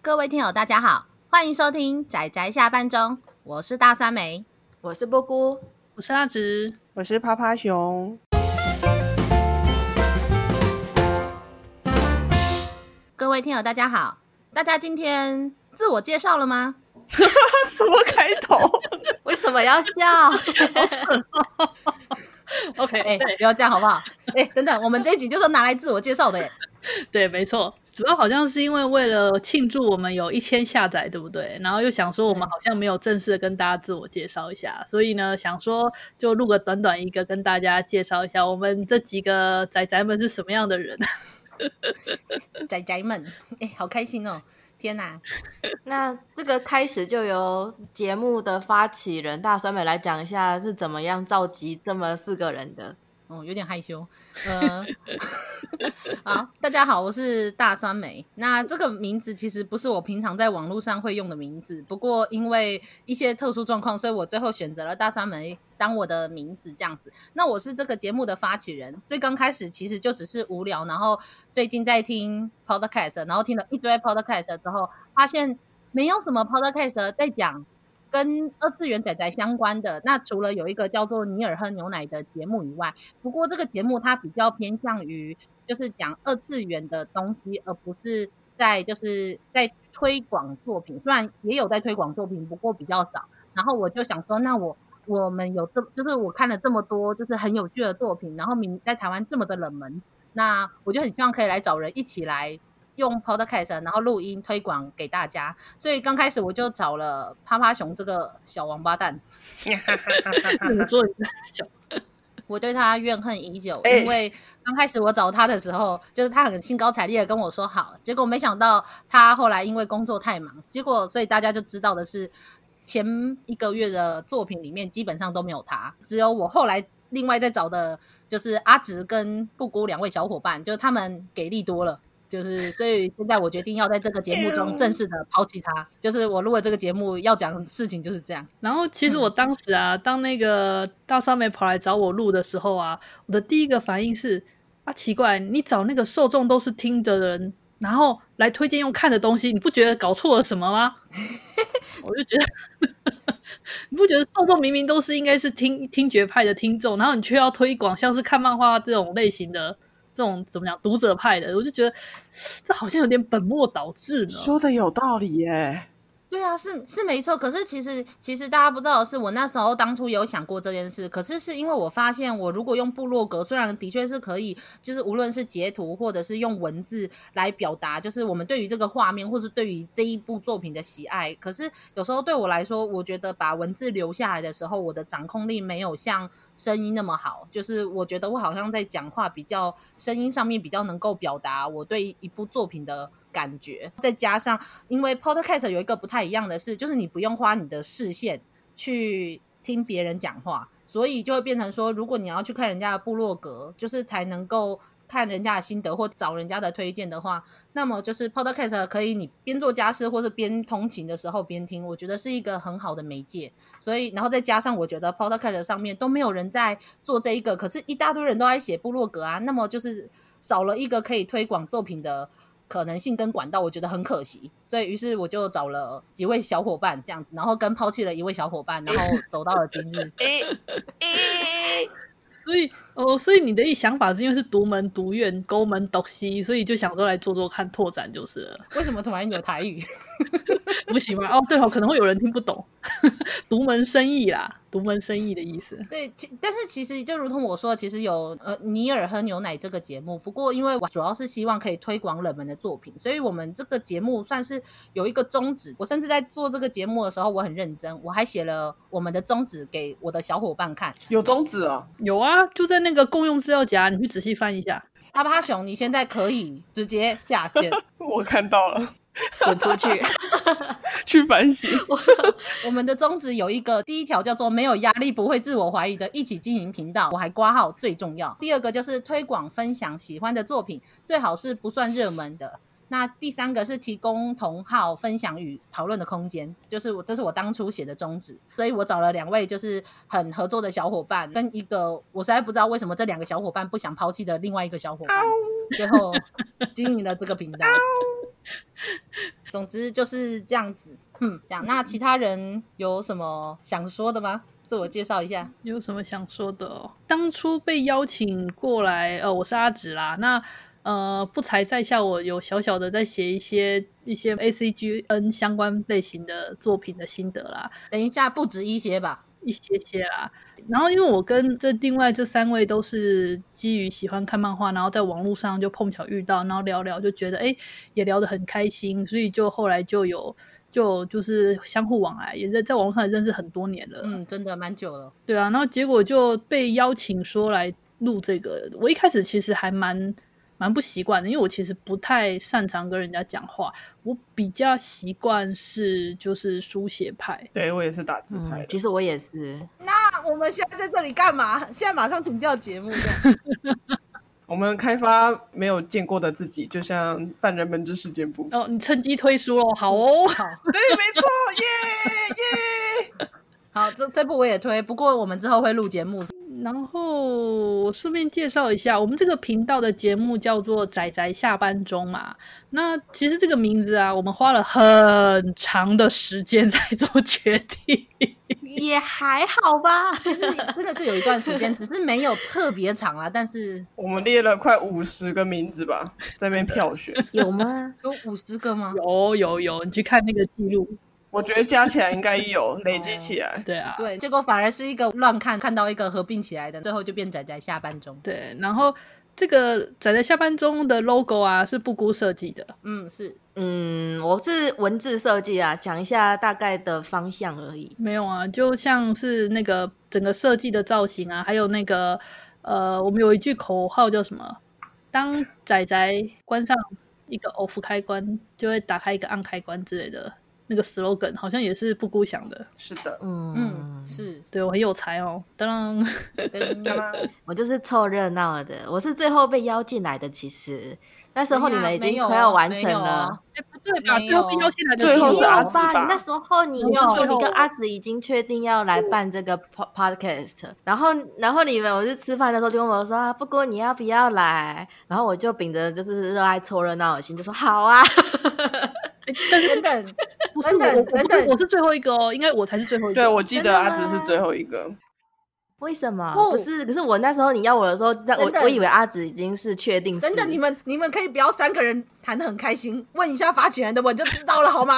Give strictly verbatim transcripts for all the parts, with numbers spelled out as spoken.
各位听友大家好，欢迎收听宅宅下班中，我是大酸梅， 我是波姑， 我是阿直， 我是趴趴熊。 各位听友大家好，大家今天自我介绍了吗？ 什么开头？ 为什么要笑？ OK， 哎、欸，不要这样好不好？哎、欸，等等，我们这一集就是拿来自我介绍的耶。 对，没错，主要好像是因为为了庆祝我们有一千下载，对不对？然后又想说我们好像没有正式的跟大家自我介绍一下，所以呢，想说就录个短短一个，跟大家介绍一下我们这几个宅宅们是什么样的人。 宅宅们，哎、欸，好开心哦！天哪！ 那这个开始就由节目的发起人大酸梅来讲一下是怎么样召集这么四个人的。 哦，有点害羞。呃，好，大家好，我是大酸梅。那这个名字其实不是我平常在网络上会用的名字，不过因为一些特殊状况，所以我最后选择了大酸梅当我的名字这样子。那我是这个节目的发起人，最刚开始其实就只是无聊，然后最近在听 podcast， 然后听了一堆 podcast 之后，发现没有什么 podcast 在讲跟二次元宅宅相关的，那除了有一个叫做尼尔喝牛奶的节目以外，不过这个节目它比较偏向于就是讲二次元的东西，而不是在就是在推广作品，虽然也有在推广作品，不过比较少。然后我就想说，那我我们有这就是我看了这么多就是很有趣的作品，然后明在台湾这么的冷门，那我就很希望可以来找人一起来用 podcast 然后录音推广给大家，所以刚开始我就找了趴趴熊这个小王八蛋。 你说小我对他怨恨已久，欸、因为刚开始我找他的时候，就是他很兴高采烈的跟我说好，结果没想到他后来因为工作太忙，结果所以大家就知道的是前一个月的作品里面基本上都没有他，只有我后来另外再找的就是阿直跟布姑两位小伙伴，就是他们给力多了。就是所以现在我决定要在这个节目中正式的抛弃他，就是我录了这个节目要讲的事情就是这样。 然后其实我当时啊、嗯、当那个大酸梅跑来找我录的时候啊，我的第一个反应是啊，奇怪，你找那个受众都是听的人，然后来推荐用看的东西，你不觉得搞错了什么吗？我就觉得你不觉得受众明明都是应该是听听觉派的听众，然后你却要推广像是看漫画这种类型的这种怎么讲读者派的，我就觉得这好像有点本末倒置呢。 说的有道理耶。 对啊，是是没错。可是其实其实大家不知道的是，我那时候当初有想过这件事，可是是因为我发现，我如果用部落格，虽然的确是可以，就是无论是截图或者是用文字来表达，就是我们对于这个画面或是对于这一部作品的喜爱。可是有时候对我来说，我觉得把文字留下来的时候，我的掌控力没有像声音那么好。就是我觉得我好像在讲话比较声音上面比较能够表达我对一部作品的感觉，再加上因为 podcast 有一个不太一样的是，就是你不用花你的视线去听别人讲话，所以就会变成说，如果你要去看人家的部落格，就是才能够看人家的心得或找人家的推荐的话，那么就是 podcast 可以你边做家事或是边通勤的时候边听，我觉得是一个很好的媒介。所以然后再加上我觉得 podcast 上面都没有人在做这一个，可是一大堆人都在写部落格啊，那么就是少了一个可以推广作品的可能性跟管道，我觉得很可惜。所以于是我就找了几位小伙伴这样子，然后跟抛弃了一位小伙伴，然后走到了今日。 所以哦，所以你的一想法是因为是独门独院勾门独西，所以就想说来做做看拓展就是了。 为什么突然有台语？ 不行吗？哦，对哦，可能会有人听不懂。独门生意啦，独门生意的意思。 对，但是其实就如同我说的，其实有呃尼尔喝牛奶这个节目，不过因为我主要是希望可以推广冷门的作品，所以我们这个节目算是有一个宗旨。我甚至在做这个节目的时候我很认真，我还写了我们的宗旨给我的小伙伴看。 有宗旨哦？ 有啊，就在那个共用资料夹，你去仔细翻一下。 趴趴熊，你现在可以直接下线。 我看到了。 滚出去去反省。 我们的宗旨有一个，第一条叫做没有压力不会自我怀疑的一起经营频道，我还括号最重要。第二个就是推广分享喜欢的作品，最好是不算热门的。那第三个是提供同好分享与讨论的空间，就是我这是我当初写的宗旨。所以我找了两位就是很合作的小伙伴，跟一个我实在不知道为什么这两个小伙伴不想抛弃的另外一个小伙伴，最后经营了这个频道。 总之就是这样子。嗯，这样。那其他人有什么想说的吗？自我介绍一下。 有什么想说的哦？当初被邀请过来，呃，我是阿直啦。那呃，不才在下，我有小小的在写一些一些 A C G N 相关类型的作品的心得啦。 等一下，不止一些吧。 一些些啦，然后因为我跟这另外这三位都是基于喜欢看漫画，然后在网络上就碰巧遇到，然后聊聊就觉得哎，也聊得很开心，所以就后来就有就就是相互往来，也在在网络上也认识很多年了。 嗯，真的蛮久了。 对啊，然后结果就被邀请说来录这个，我一开始其实还蛮蛮不习惯的，因为我其实不太擅长跟人家讲话，我比较习惯是就是书写派。 对，我也是打字派的、 嗯、其实我也是。 那我们现在在这里干嘛？现在马上停掉节目我们开发没有见过的自己，就像犯人们之事件簿。 哦，你趁机推书咯，好哦。 好， 对，没错，耶耶。 好，这这部我也推，不过我们之后会录节目。 然后我顺便介绍一下，我们这个频道的节目叫做宅宅下班中嘛。那其实这个名字啊，我们花了很长的时间才做决定。 也还好吧， 其实真的是有一段时间，只是没有特别长啦。但是我们列了快五十个名字吧，在那边票选。 有吗？ 有五十个吗？ 有有有，你去看那个记录。 我觉得加起来应该有累积起来、 哦、对啊， 对，结果反而是一个乱看看到一个合并起来的，最后就变宅宅下班中。 对，然后这个宅宅下班中的 logo 啊是布姑设计的。 嗯，是， 嗯，我是文字设计啊，讲一下大概的方向而已。 没有啊，就像是那个整个设计的造型啊，还有那个呃，我们有一句口号叫什么？当宅宅关上一个 off 开关，就会打开一个 on 开关之类的。那个 slogan 好像也是布姑想的。 是的， 嗯嗯，是， 对，我很有才哦。当当我就是凑热闹的，我是最后被邀进来的。其实那时候你们已经快要完成了。 哎、不对吧？最后被邀进来的最后是阿紫吧？ 吧？ 你那时候你就说你跟阿紫已经确定要来办这个 podcast， 然后然后你们我是吃饭的时候就跟我说啊，不过你要不要来？然后我就秉着就是热爱凑热闹的心，就说好啊。 但是等等， 不是我，等等，我是最后一个哦，应该我才是最后一个。 对，我记得阿紫是最后一个。 为什么？不是，可是我那时候你要我的时候，我我以为阿紫已经是确定是。 等等，你们你们可以不要三个人谈得很开心，问一下发起人的文就知道了，好吗？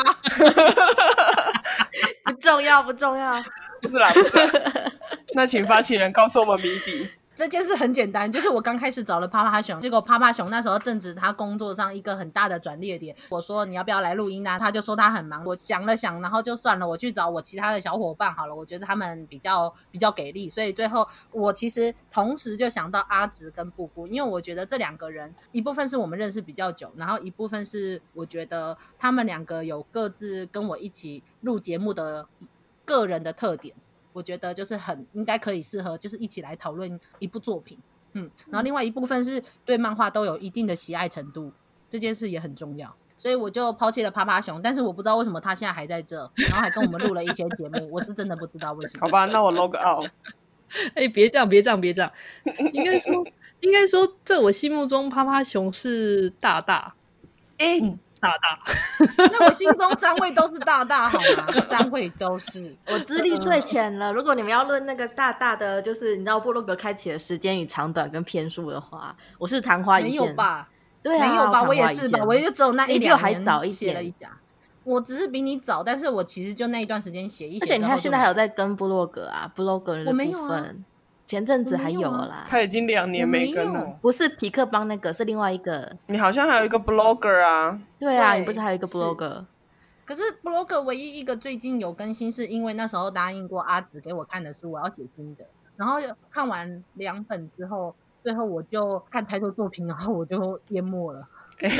不重要，不重要。 不是啦，不是啦。那请发起人告诉我们谜底。 这件事很简单，就是我刚开始找了趴趴熊，结果趴趴熊那时候正值他工作上一个很大的转捩点。我说你要不要来录音啊？他就说他很忙。我想了想，然后就算了，我去找我其他的小伙伴好了。我觉得他们比较比较给力，所以最后我其实同时就想到阿直跟布布，因为我觉得这两个人一部分是我们认识比较久，然后一部分是我觉得他们两个有各自跟我一起录节目的个人的特点。我觉得就是很应该可以适合，就是一起来讨论一部作品，嗯，然后另外一部分是对漫画都有一定的喜爱程度，这件事也很重要，所以我就抛弃了趴趴熊，但是我不知道为什么他现在还在这，然后还跟我们录了一些节目，我是真的不知道为什么。 好吧，那我 log out。 哎、欸，别这样，别这样，别这样，应该说，应该说，在我心目中，趴趴熊是大大， 哎、欸。 嗯大大， 那我心中三位都是大大，好吗？三位都是， 我资历最浅了。如果你们要论那个大大的，就是你知道部落格开启的时间与长短跟篇数的话，我是昙花一现。 没有吧？ 对啊， 没有吧？我也是吧？我也就只有那一两年还早一写了一下。我只是比你早，但是我其实就那一段时间写一写。 而且你看，现在还有在跟部落格啊，部落格的部分。 我没有啊。 前阵子还有啦， 他已经两年没跟了。 不是皮克邦那个，是另外一个。 你好像还有一个 blogger 啊？ 对啊，你不是还有一个 blogger？ 可是 blogger 唯一一个最近有更新，是因为那时候答应过阿紫给我看的书，我要写新的。然后看完两本之后，最后我就看太多作品，然后我就淹没了。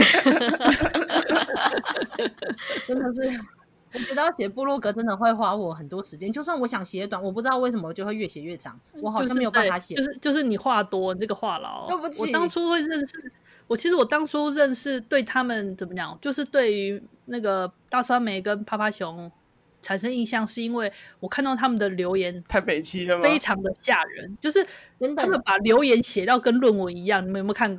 真的是。我觉得要写部落格真的会花我很多时间，就算我想写短，我不知道为什么我就会越写越长，我好像没有办法写。 就是、就是、就是你话多，你这个话痨。 对不起， 我当初会认识，我其实我当初认识对他们怎么讲，就是对于那个大酸梅跟趴趴熊产生印象，是因为我看到他们的留言太北七了吗？ 非常的吓人，就是他们把留言写到跟论文一样，你们有没有看过？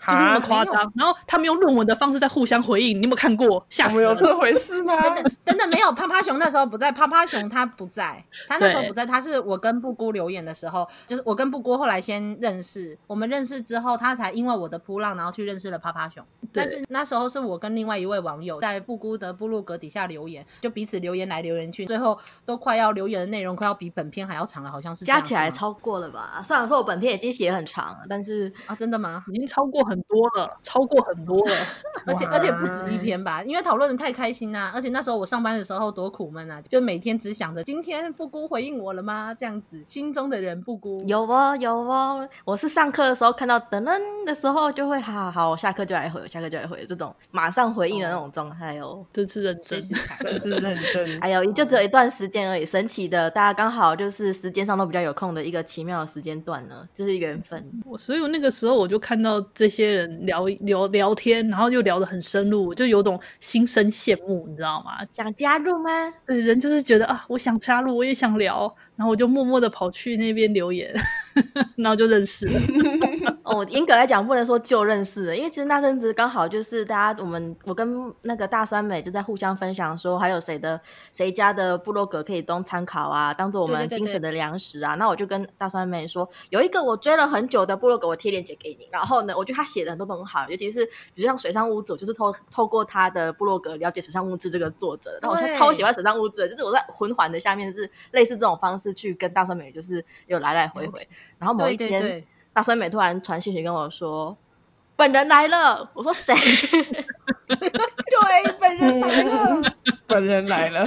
就是那么夸张。然后他们用论文的方式在互相回应，你有没有看过？吓死了！ 我们有这回事吗？ 等等等等，没有，趴趴熊那时候不在，趴趴熊他不在，他那时候不在，他是我跟布姑留言的时候，就是我跟布姑后来先认识，我们认识之后，他才因为我的扑浪，然后去认识了趴趴熊。但是那时候是我跟另外一位网友在布姑的部落格底下留言，就彼此留言来留言去，最后都快要留言的内容快要比本篇还要长了，好像是这样， 加起来超过了吧？虽然说我本篇已经写很长了，但是啊，真的吗？ 已经超过很多了，超过很多了， 而且而且不止一篇吧，因为讨论的太开心啊，而且那时候我上班的时候多苦闷啊，就每天只想着今天布姑回应我了吗？这样子，心中的人布姑有哦有哦，我是上课的时候看到噔噔的时候就会好好好，我下课就来回，我下课就来回，这种马上回应的那种状态哦， 真是认真， 真是认真。 哎呦，就只有一段时间而已，神奇的，大家刚好就是时间上都比较有空的一个奇妙的时间段呢，就是缘分。 所以我那个时候我就看到这些人聊聊聊天，然后又聊得很深入，就有种心生羡慕，你知道吗？ 想加入吗？ 对，人就是觉得啊，我想加入，我也想聊，然后我就默默的跑去那边留言，然后就认识了。 哦，严格来讲不能说就认识了，因为其实那阵子刚好就是大家我们我跟那个大酸梅就在互相分享说还有谁的谁家的部落格可以当参考啊，当做我们精神的粮食啊。那我就跟大酸梅说有一个我追了很久的部落格，我贴链接给你。然后呢，我觉得他写的很多都很好，尤其是比如像水上屋子，我就是透透过他的部落格了解水上屋子这个作者，然后我现在超喜欢水上屋子的，就是我在魂环的下面是类似这种方式去跟大酸梅就是有来来回回。然后某一天对对对大酸梅突然传讯息跟我说本人来了，我说谁？ 对，本人来了本人来了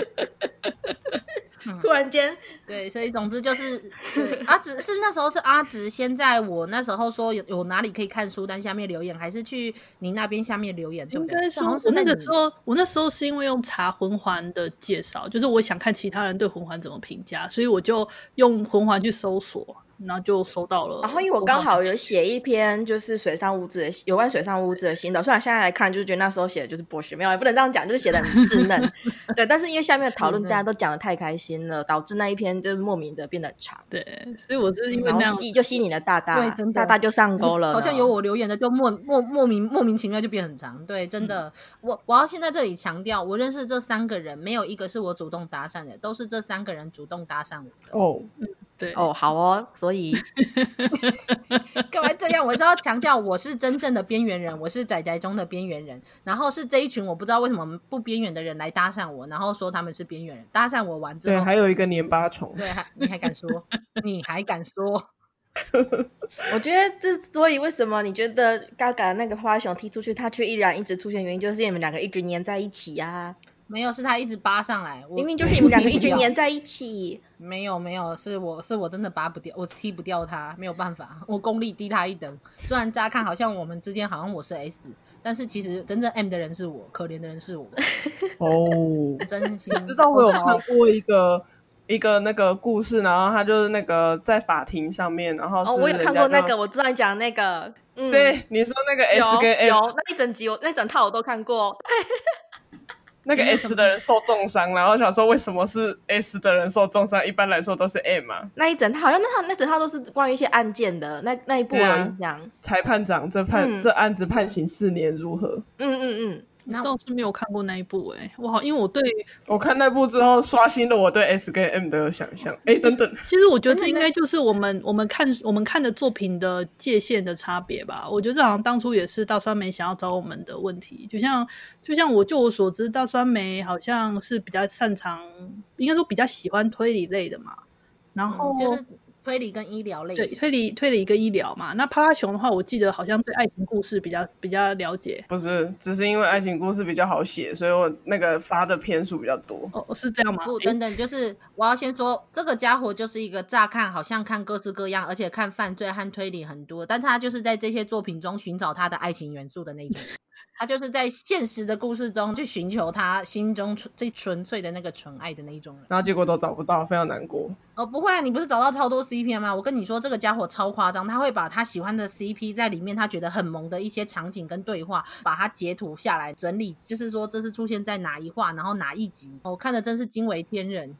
突然间对，所以总之就是对阿直是那时候是阿直先在我那时候说有有哪里可以看书单下面留言，还是去你那边下面留言？对不对？ 应该说我那个时候我那时候是因为用查魂环的介绍，就是我想看其他人对魂环怎么评价，所以我就用魂环去搜索，然后就收到了。 然后因为我刚好有写一篇就是水上屋子的有关水上屋子的心得，虽然现在来看就是觉得那时候写的就是博学，没有也不能这样讲，就是写的很稚嫩对，但是因为下面的讨论大家都讲的太开心了，导致那一篇就是莫名的变得很长。 对，所以我是因为那样吸就吸你的大大， 对，真的大大就上钩了， 好像有我留言的就莫莫莫名莫名其妙就变很长。对，真的，嗯、我我要先在这里强调，我认识这三个人，没有一个是我主动搭讪的，都是这三个人主动搭讪我的。 哦， 嗯，对， 哦，好哦，所以干嘛这样？我是要强调，我是真正的边缘人，我是宅宅中的边缘人。然后是这一群我不知道为什么不边缘的人来搭讪我，然后说他们是边缘人。搭讪我完之后， 对，还有一个黏巴虫。 对，还你还敢说？你还敢说？ 我觉得之所以为什么你觉得嘎嘎那个花花熊踢出去，他却依然一直出现，原因就是因为你们两个一直黏在一起啊。 没有，是他一直扒上来， 明明就是你们两个一直黏在一起。 没有没有，是我是我真的扒不掉，我踢不掉他，没有办法，我功力低他一等。虽然乍看好像我们之间好像我是 S， 但是其实真正 M 的人是我，可怜的人是我。 哦， 真心知道我有看过一个一个那个故事，然后他就是那个在法庭上面，然后是哦，我有看过那个，我知道你讲那个， 嗯，对，你说那个 S 跟 M， 有, 有那一整集我那整套我都看过。 那个 S 的人受重伤，然后想说为什么是 S 的人受重伤，一般来说都是 M 嘛。 那一整套好像那套那整套都是关于一些案件的，那那一部我有印象。 啊、裁判长这判、嗯、这案子判刑四年如何？ 嗯嗯嗯。 我倒是没有看过那一部哎、欸，我好，因为我对我看那部之后刷新了我对 S 跟 M 的想象。哎，等等， 其实我觉得这应该就是我们我们看我们看的作品的界限的差别吧。我觉得这好像当初也是大酸梅想要找我们的问题，就像就像我就我所知，大酸梅好像是比较擅长，应该说比较喜欢推理类的嘛，然后、 嗯、就是。推理跟医疗类型， 对，推理推理跟医疗嘛。那趴趴熊的话，我记得好像对爱情故事比较比较了解。 不是，只是因为爱情故事比较好写，所以我那个发的篇数比较多。 哦，是这样吗？ 不，等等，就是我要先说，这个家伙就是一个乍看好像看各式各样，而且看犯罪和推理很多，但他就是在这些作品中寻找他的爱情元素的那种。他就是在现实的故事中去寻求他心中最纯粹的那个纯爱的那一种人， 然后结果都找不到，非常难过。 哦，不会啊，你不是找到超多 C P 吗？我跟你说，这个家伙超夸张，他会把他喜欢的 C P 在里面他觉得很萌的一些场景跟对话，把它截图下来整理，就是说这是出现在哪一话，然后哪一集，我、哦、看的真是惊为天人。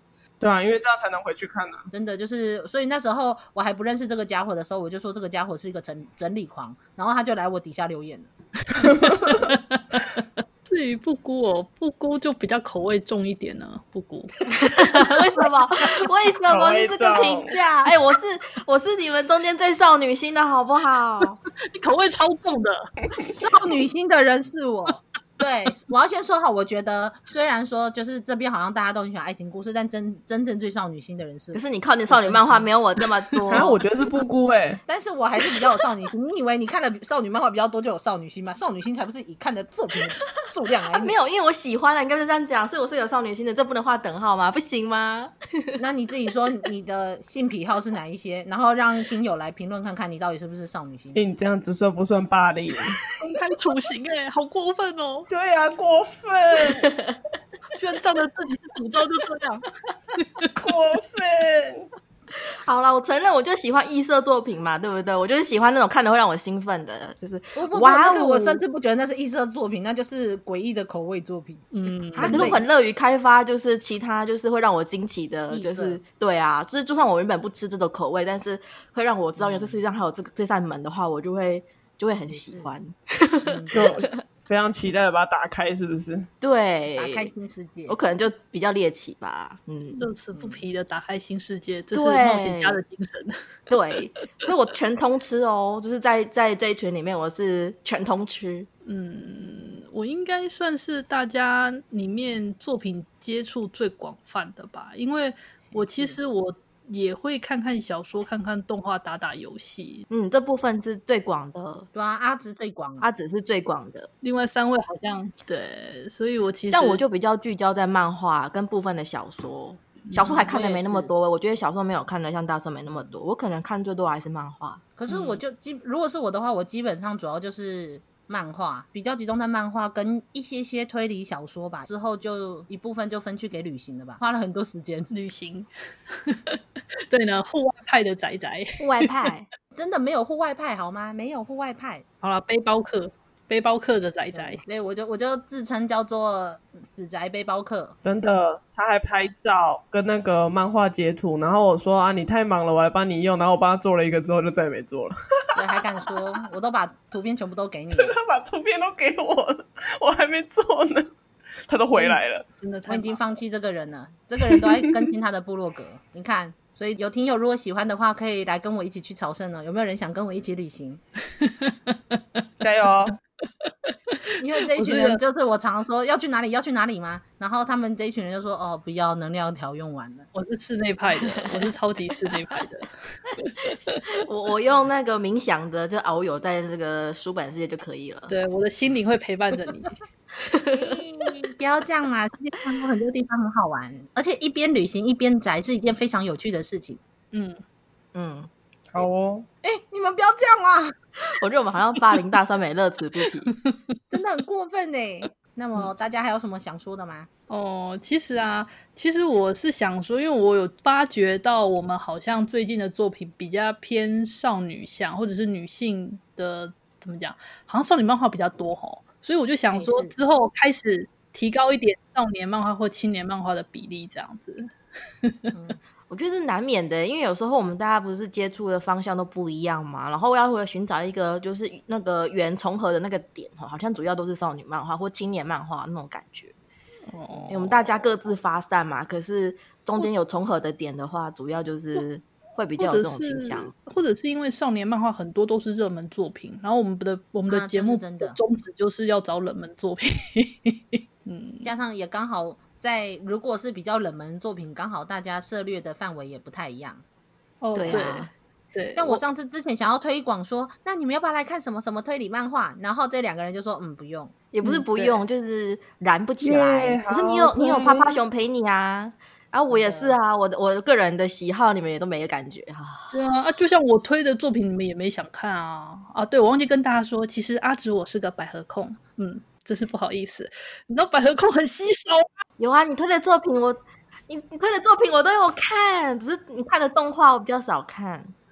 对啊，因为这样才能回去看啊。 真的就是，所以那时候我还不认识这个家伙的时候，我就说这个家伙是一个整整理狂，然后他就来我底下留言了。 至于布姑哦，布姑就比较口味重一点呢。布姑为什么？为什么是这个评价？哎、欸，我是我是你们中间最少女心的好不好？ 你口味超重的， 少女心的人是我。对，我要先说好，我觉得虽然说就是这边好像大家都很喜欢爱情故事，但真真正最少女心的人是我。 可是你靠你少女漫画没有我这么多。 然后我觉得是布姑哎、欸， 但是我还是比较有少女心。你以为你看了少女漫画比较多就有少女心吗？少女心才不是以看的作品的数量来、啊。 没有，因为我喜欢了，你刚才这样讲，所以我是有少女心的，这不能画等号吗？不行吗？ 那你自己说你的性癖好是哪一些，然后让听友来评论看看你到底是不是少女心。 欸、你这样子算不算霸凌？ 公开处刑哎、欸，好过分哦！ 对啊，过分， 居然仗着自己是主教就这样， 过分。 好啦，我承认我就喜欢异色作品嘛，对不对？我就是喜欢那种看了会让我兴奋的，就是不不不， 哇、 那个我甚至不觉得那是异色作品，那就是诡异的口味作品。 嗯， 啊，可是我很乐于开发，就是其他就是会让我惊奇的，就是对啊，就是就算我原本不吃这种口味，但是会让我知道，原来这世界上还有这个这扇门的话，我就会就会很喜欢。 嗯、 就非常期待的把它打开，是不是？ 对， 打开新世界。 我可能就比较猎奇吧，嗯， 乐此不疲的打开新世界，这是冒险家的精神。 对，所以我全通吃哦，就是在在这一群里面，我是全通吃。 嗯，我应该算是大家里面作品接触最广泛的吧，因为我其实我也会看看小说，看看动画，打打游戏。 嗯，这部分是最广的。 对啊，阿直最广、啊， 阿直是最广的。 另外三位好像对，所以我其实像我就比较聚焦在漫画跟部分的小说，小说还看的没那么多、嗯我。我觉得小说没有看的像大圣没那么多，我可能看最多还是漫画。 可是我就基、嗯、如果是我的话，我基本上主要就是漫画，比较集中在漫画跟一些些推理小说吧，之后就一部分就分去给旅行了吧，花了很多时间旅行。对呢，户外派的宅宅， 户外派真的没有户外派好吗？没有户外派。 好了，背包客。背包客的宅宅， 所以我就我就自称叫做死宅背包客。 真的，他还拍照跟那个漫画截图，然后我说啊，你太忙了，我来帮你用，然后我帮他做了一个之后，就再也没做了。 对，还敢说，我都把图片全部都给你了。 他把图片都给我了，我还没做呢，他都回来了。 真的， 我已经放弃这个人了，这个人都在更新他的部落格。你看。所以有听友如果喜欢的话，可以来跟我一起去朝圣呢。有没有人想跟我一起旅行？ 加油！ 因为这一群人就是我常说要去哪里要去哪里嘛，然后他们这一群人就说哦不要，能量条用完了。 我是室内派的，我是超级室内派的。 我我用那个冥想的就遨游在这个书本世界就可以了。 对，我的心灵会陪伴着你。 不要这样嘛，世界上有很多地方很好玩，而且一边旅行一边宅是一件非常有趣的事情。 嗯嗯， 好哦。 哎、欸，你们不要这样嘛！ 我觉得我们好像霸凌大酸梅，乐此不疲， 真的很过分哎。那么大家还有什么想说的吗？ 哦，其实啊，其实我是想说，因为我有发觉到我们好像最近的作品比较偏少女向，或者是女性的怎么讲，好像少女漫画比较多齁。所以我就想说，之后开始提高一点少年漫画或青年漫画的比例，这样子。 嗯，我觉得是难免的，因为有时候我们大家不是接触的方向都不一样嘛，然后要回来寻找一个就是那个圆重合的那个点，好像主要都是少女漫画或青年漫画那种感觉。哦，因为我们大家各自发散嘛，可是中间有重合的点的话，主要就是会比较有这种倾向， 或者是因为少年漫画很多都是热门作品，然后我们的我们的节目的宗旨就是要找冷门作品。嗯， 加上也刚好在如果是比较冷门作品，刚好大家涉猎的范围也不太一样。 哦， 对啊。 对， 像我上次之前想要推广说，那你们要不要来看什么什么推理漫画？然后这两个人就说，嗯，不用， 也不是不用，嗯、就是燃不起来。可是你有你有趴趴熊陪你啊，啊，我也是啊，我的我个人的喜好你们也都没有感觉啊。 对啊，啊，就像我推的作品，你们也没想看啊。啊，对，我忘记跟大家说，其实阿直我是个百合控，嗯，真是不好意思。你知道百合控很稀少吗？ 有啊，你推的作品我，你你推的作品我都有看，只是你看的动画我比较少看。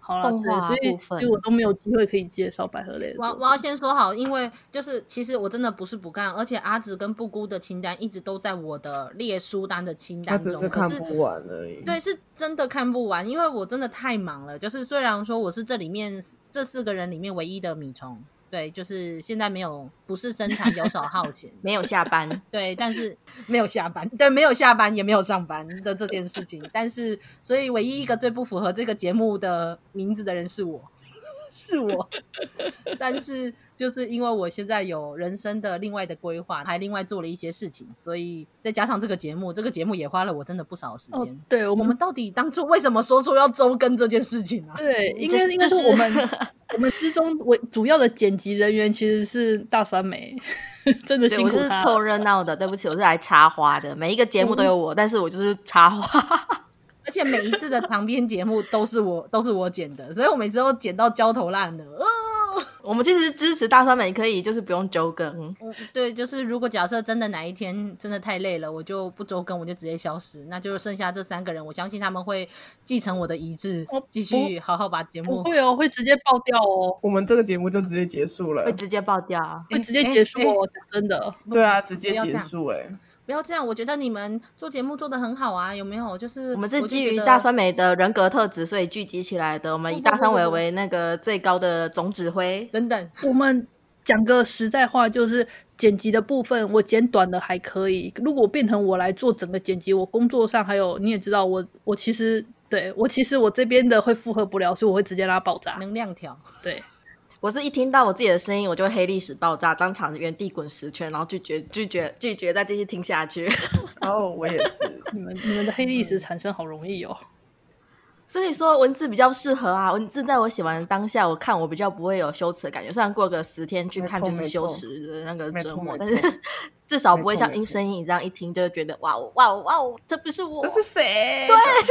好啦， 动画对，所以部分所以我都没有机会可以介绍百合类的作品。 我我要先说好，因为就是其实我真的不是不看，而且阿紫跟布姑的清单一直都在我的列书单的清他单中， 只是看可是不完而已。 对，是真的看不完，因为我真的太忙了。就是虽然说我是这里面这四个人里面唯一的米虫，对，就是现在没有不是生产游手好闲， 没有下班， 对，但是没有下班，对，没有下班也没有上班的这件事情，但是所以唯一一个最不符合这个节目的名字的人是我，是我，但是就是因为我现在有人生的另外的规划，还另外做了一些事情，所以再加上这个节目，这个节目也花了我真的不少时间。 哦，对，我们我们到底当初为什么说出要周更这件事情啊？ 对，应就是该应该是就是我们我们之中为主要的剪辑人员其实是大酸梅，真的对我就是辛苦他。 凑热闹的，对不起，我是来插花的。每一个节目都有我，但是我就是插花。 而且每一次的长篇节目都是我都是我剪的，所以我每次都剪到焦头烂额。哦我们其实支持大酸梅可以，就是不用周更。 嗯对，就是如果假设真的哪一天真的太累了，我就不周更，我就直接消失，那就剩下这三个人，我相信他们会继承我的遗志哦， 继续好好把节目。 不会哦，会直接爆掉哦， 我们这个节目就直接结束了会。直接爆掉。 会直接结束哦，讲真的。 对啊，直接结不要这样束哎、 不要这样，我觉得你们做节目做得很好啊，有没有？就是我们是就觉得基于大酸梅的人格特质，所以聚集起来的。我们以不不大酸梅不不为那个最高的总指挥。 等等， 我们讲个实在话，就是剪辑的部分，我剪短的还可以。如果变成我来做整个剪辑，我工作上还有你也知道，我我其实对我其实我这边的会负荷不了，所以我会直接拉爆炸。 能量条。 对， 我是一听到我自己的声音，我就会黑历史爆炸，当场原地滚十圈，然后拒绝拒绝拒绝再继续听下去。 哦，我也是。 你们你们的黑历史产生好容易哦。 所以说文字比较适合啊，文字在我写完的当下，我看我比较不会有羞耻的感觉。虽然过个十天去看就是羞耻的那个折磨，但是至少不会像音声音你这样一听就会觉得哇哦哇哦哇哦，这不是我， 这是谁？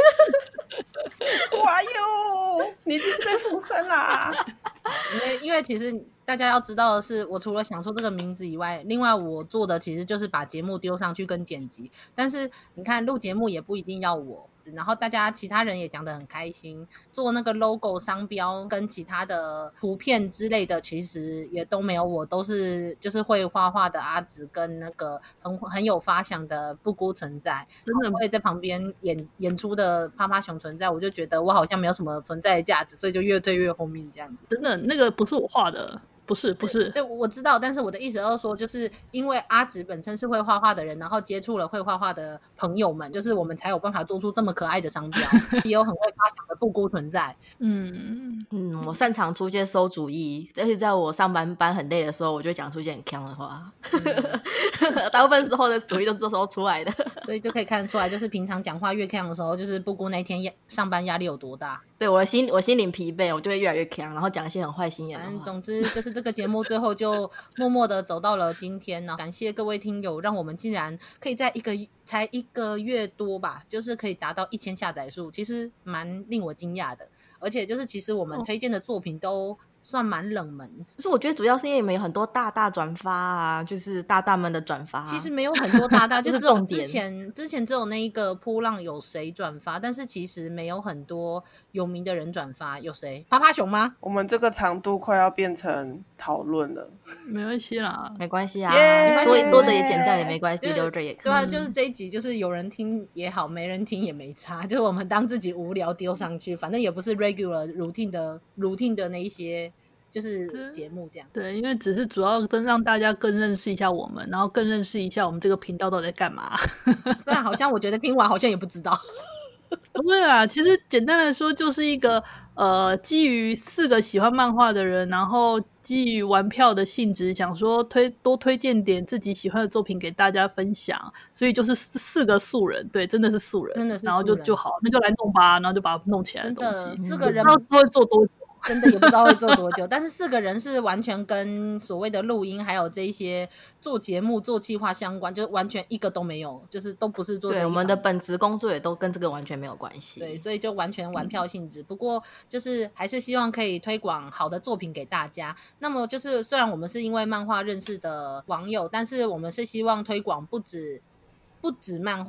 对，哇哟，你这是被附身啦！ 因为因为其实大家要知道的是，我除了想说这个名字以外，另外我做的其实就是把节目丢上去跟剪辑。但是你看录节目也不一定要我，然后大家其他人也讲得很开心，做那个 logo 商标跟其他的图片之类的，其实也都没有我，都是就是会画画的阿紫跟那个很很有发想的布姑存在， 真的会在旁边演演出的趴趴熊存在，我就觉得我好像没有什么存在的价值，所以就越退越后面这样子。 真的那个不是我画的，不是不是。 对，我知道，但是我的意思就是说，就是因为阿紫本身是会画画的人，然后接触了会画画的朋友们，就是我们才有办法做出这么可爱的商标，也有很会发想的布姑存在。 嗯， 嗯，我擅长出一些馊主意，而且在我上班班很累的时候，我就会讲出一些很鏘的话。嗯、大部分时候的主意都这时候出来的， 所以就可以看得出来，就是平常讲话越鏘的时候，就是布姑那天上班压力有多大。 对我的心，我心灵疲惫，我就会越来越鏘，然后讲一些很坏心眼的话。 反正总之就是这个节目最后就默默的走到了今天呢。感谢各位听友，让我们竟然可以在一个才一个月多吧，就是可以达到一千下载数，其实蛮令我惊讶的。而且就是其实我们推荐的作品都算蛮冷门， 可是我觉得主要是因为你们有很多大大转发啊，就是大大们的转发、啊。 其实没有很多大大，就就是只有重点之前之前只有那一个波浪有谁转发，但是其实没有很多有名的人转发。有谁？趴趴熊吗？ 我们这个长度快要变成讨论了， 没关系啦。 没关系啊， Yeah 多多的也剪掉也没关系， 就是留着也可以。 对啊，就是这一集，就是有人听也好，没人听也没差，就是我们当自己无聊丢上去，反正也不是 regular routine 的 routine 的那一些就是节目这样。 对，因为只是主要跟让大家更认识一下我们，然后更认识一下我们这个频道到底在干嘛。 虽然好像我觉得听完好像也不知道。 不会啦，其实简单来说就是一个呃，基于四个喜欢漫画的人，然后基于玩票的性质，想说推多推荐点自己喜欢的作品给大家分享，所以就是四四个素人，对，真的是素人， 真的是素人然后就就好，那就来弄吧，然后就把它弄起来真东西， 的四个人不知道会做多久。 真的也不知道会做多久，但是四个人是完全跟所谓的录音还有这一些做节目做企划相关，就完全一个都没有，就是都不是做这一对， 行。 我们的本职工作也都跟这个完全没有关系。 对，所以就完全玩票性质、嗯、不过就是还是希望可以推广好的作品给大家。那么就是虽然我们是因为漫画认识的网友，但是我们是希望推广不止不止漫画，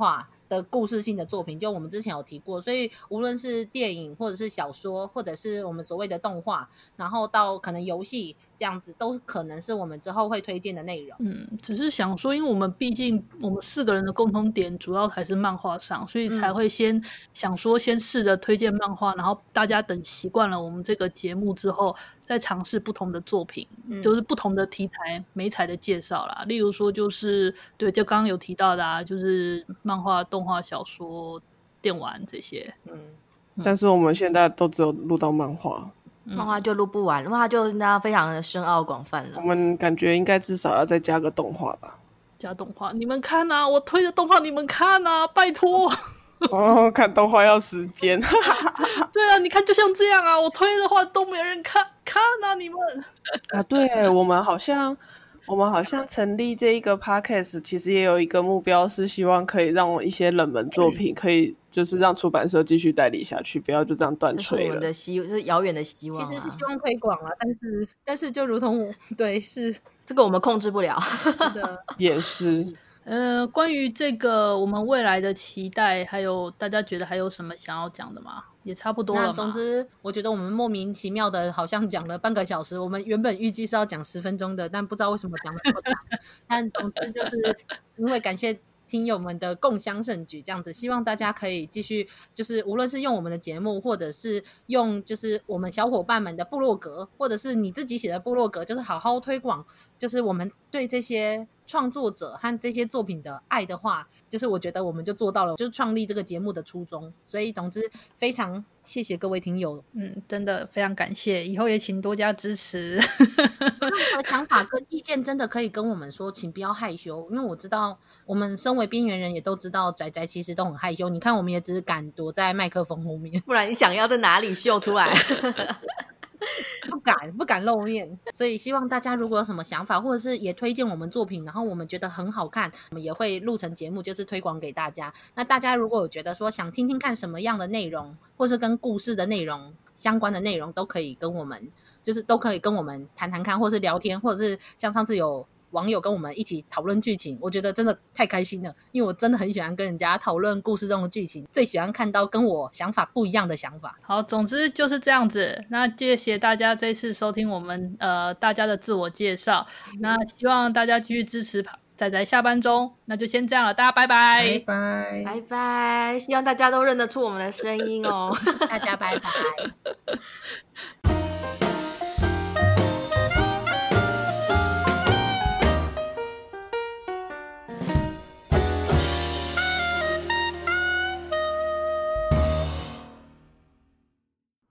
的故事性的作品，就我们之前有提过，所以无论是电影或者是小说，或者是我们所谓的动画，然后到可能游戏这样子，都可能是我们之后会推荐的内容。 嗯，只是想说，因为我们毕竟我们四个人的共同点主要还是漫画上，所以才会先、嗯、想说先试着推荐漫画，然后大家等习惯了我们这个节目之后，再尝试不同的作品、嗯、就是不同的题材媒材的介绍啦。例如说就是对，就刚刚有提到的啊，就是漫画、动画、小说、电玩这些。嗯， 但是我们现在都只有录到漫画。 漫画就录不完，漫画就那非常的深奥广泛了。 我们感觉应该至少要再加个动画吧。 加动画，你们看啊，我推的动画你们看啊，拜托。 哦，看动画要时间。 对啊，你看就像这样啊，我推的话都没人看，看啊你们。 啊，对，我们好像我们好像成立这一个 podcast 其实也有一个目标，是希望可以让一些冷门作品可以就是让出版社继续代理下去，不要就这样断吹了。 这是我们的希，这是遥远的希望、啊。 其实是希望推广啊，但是但是就如同对是这个我们控制不了。 的也是。 呃，关于这个我们未来的期待，还有大家觉得还有什么想要讲的吗？也差不多了嘛。 那总之我觉得我们莫名其妙的好像讲了半个小时，我们原本预计是要讲十分钟的，但不知道为什么讲这么长。但总之就是因为感谢听友们的共襄盛举，这样子希望大家可以继续，就是无论是用我们的节目，或者是用就是我们小伙伴们的部落格，或者是你自己写的部落格，就是好好推广就是我们对这些创作者和这些作品的爱的话，就是我觉得我们就做到了，就是创立这个节目的初衷。所以总之非常谢谢各位听友， 嗯，真的非常感谢，以后也请多加支持。 任何想法跟意见真的可以跟我们说，请不要害羞，因为我知道我们身为边缘人也都知道宅宅其实都很害羞，你看我们也只是敢躲在麦克风后面， 不然你想要在哪里秀出来？ 不敢不敢露面。所以希望大家如果有什么想法，或者是也推荐我们作品，然后我们觉得很好看，我们也会录成节目，就是推广给大家。那大家如果有觉得说想听听看什么样的内容，或是跟故事的内容相关的内容，都可以跟我们就是都可以跟我们谈谈看，或是聊天，或者是像上次有网友跟我们一起讨论剧情，我觉得真的太开心了，因为我真的很喜欢跟人家讨论故事中的剧情，最喜欢看到跟我想法不一样的想法。 好，总之就是这样子。那谢谢大家这次收听我们呃大家的自我介绍，那希望大家继续支持仔仔下班中，那就先这样了，大家拜拜， 拜拜， 拜拜，希望大家都认得出我们的声音哦。 大家拜拜。